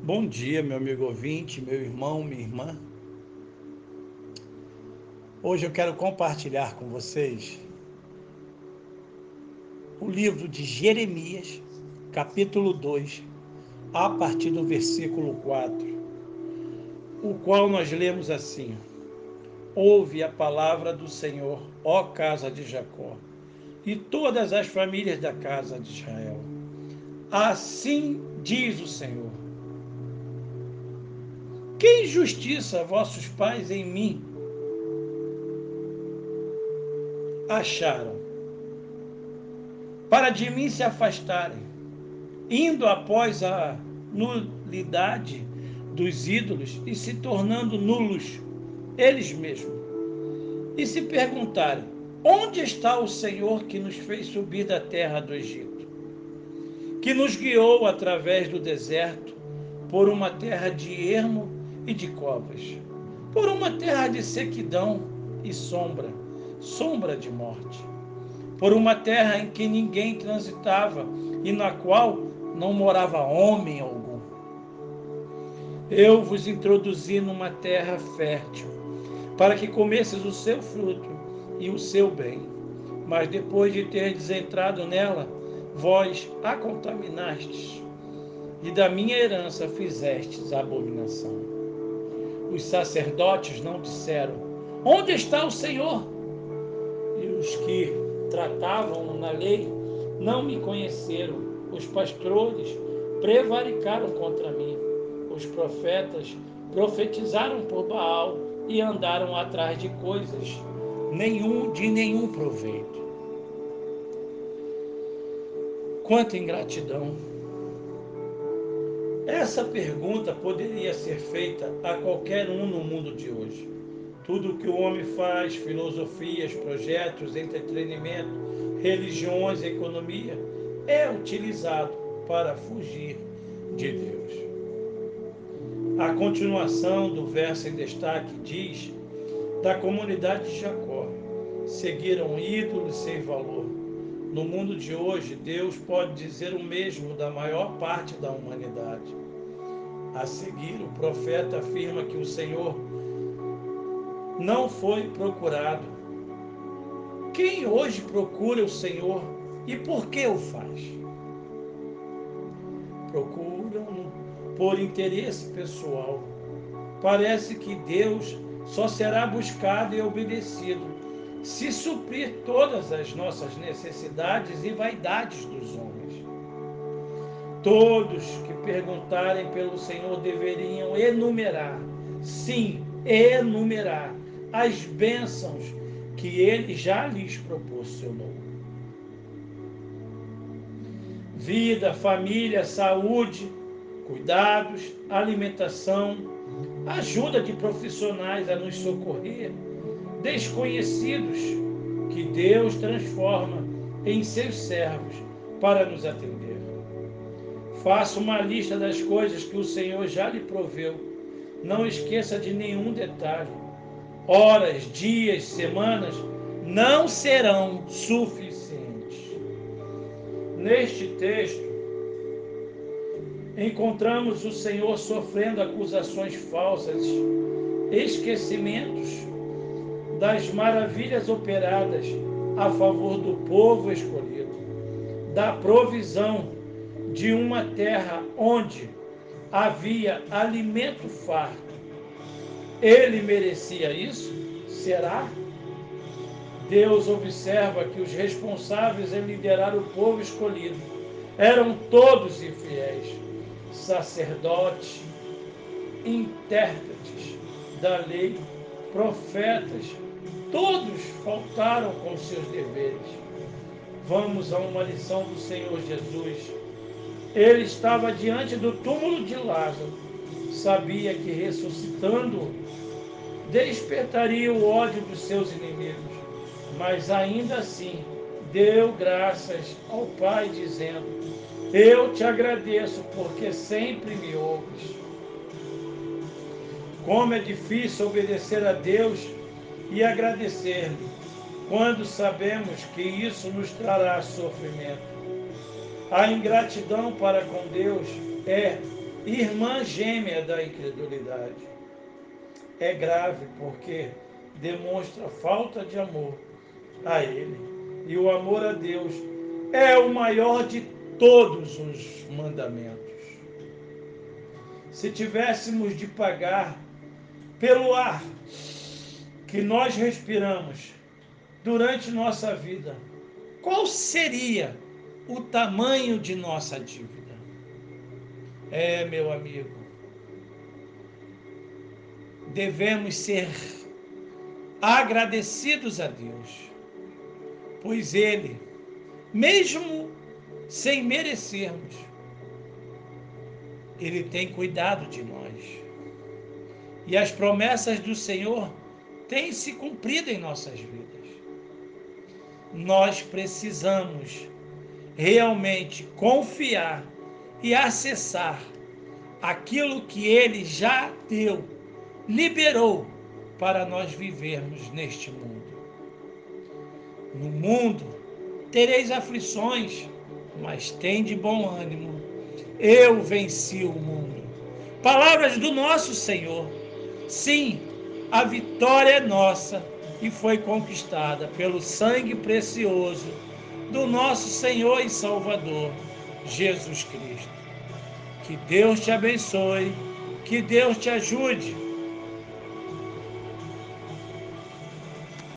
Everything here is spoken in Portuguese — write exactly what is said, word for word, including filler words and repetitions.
Bom dia, meu amigo ouvinte, meu irmão, minha irmã. Hoje eu quero compartilhar com vocês o livro de Jeremias, capítulo dois, a partir do versículo quatro, o qual nós lemos assim: Ouve a palavra do Senhor, ó casa de Jacó, e todas as famílias da casa de Israel. Assim diz o Senhor: Que injustiça vossos pais em mim acharam, para de mim se afastarem, indo após a nulidade dos ídolos e se tornando nulos eles mesmos, e se perguntarem: onde está o Senhor que nos fez subir da terra do Egito, que nos guiou através do deserto, por uma terra de ermo e de covas, por uma terra de sequidão e sombra, sombra de morte, por uma terra em que ninguém transitava e na qual não morava homem algum. Eu vos introduzi numa terra fértil, para que comesses o seu fruto e o seu bem. Mas depois de terdes entrado nela, vós a contaminastes, e da minha herança fizestes abominação. Os sacerdotes não disseram: onde está o Senhor? E os que tratavam na lei não me conheceram. Os pastores prevaricaram contra mim. Os profetas profetizaram por Baal e andaram atrás de coisas nenhum, de nenhum proveito. Quanta ingratidão! Essa pergunta poderia ser feita a qualquer um no mundo de hoje. Tudo o que o homem faz, filosofias, projetos, entretenimento, religiões, economia, é utilizado para fugir de Deus. A continuação do verso em destaque diz: da comunidade de Jacó seguiram ídolos sem valor. No mundo de hoje, Deus pode dizer o mesmo da maior parte da humanidade. A seguir, o profeta afirma que o Senhor não foi procurado. Quem hoje procura o Senhor e por que o faz? Procuram por interesse pessoal. Parece que Deus só será buscado e obedecido se suprir todas as nossas necessidades e vaidades dos homens. Todos que perguntarem pelo Senhor deveriam enumerar, sim, enumerar as bênçãos que Ele já lhes proporcionou. Vida, família, saúde, cuidados, alimentação, ajuda de profissionais a nos socorrer, desconhecidos que Deus transforma em seus servos para nos atender. Faça uma lista das coisas que o Senhor já lhe proveu. Não esqueça de nenhum detalhe. Horas, dias, semanas não serão suficientes. Neste texto, encontramos o Senhor sofrendo acusações falsas, esquecimentos das maravilhas operadas a favor do povo escolhido, da provisão de uma terra onde havia alimento farto. Ele merecia isso? Será? Deus observa que os responsáveis em liderar o povo escolhido eram todos infiéis, sacerdotes, intérpretes da lei, profetas, todos faltaram com seus deveres. Vamos a uma lição do Senhor Jesus. Ele estava diante do túmulo de Lázaro, sabia que ressuscitando despertaria o ódio dos seus inimigos, mas ainda assim deu graças ao Pai, dizendo: eu te agradeço porque sempre me ouves. Como é difícil obedecer a Deus e agradecer-lhe, quando sabemos que isso nos trará sofrimento. A ingratidão para com Deus é irmã gêmea da incredulidade. É grave porque demonstra falta de amor a Ele. E o amor a Deus é o maior de todos os mandamentos. Se tivéssemos de pagar pelo ar que nós respiramos durante nossa vida, qual seria o tamanho de nossa dívida? É, meu amigo, devemos ser agradecidos a Deus, pois Ele, mesmo sem merecermos, Ele tem cuidado de nós. E as promessas do Senhor têm se cumprido em nossas vidas. Nós precisamos realmente confiar e acessar aquilo que Ele já deu, liberou para nós vivermos neste mundo. No mundo tereis aflições, mas tende bom ânimo. Eu venci o mundo. Palavras do nosso Senhor. Sim, a vitória é nossa e foi conquistada pelo sangue precioso do nosso Senhor e Salvador, Jesus Cristo. Que Deus te abençoe, que Deus te ajude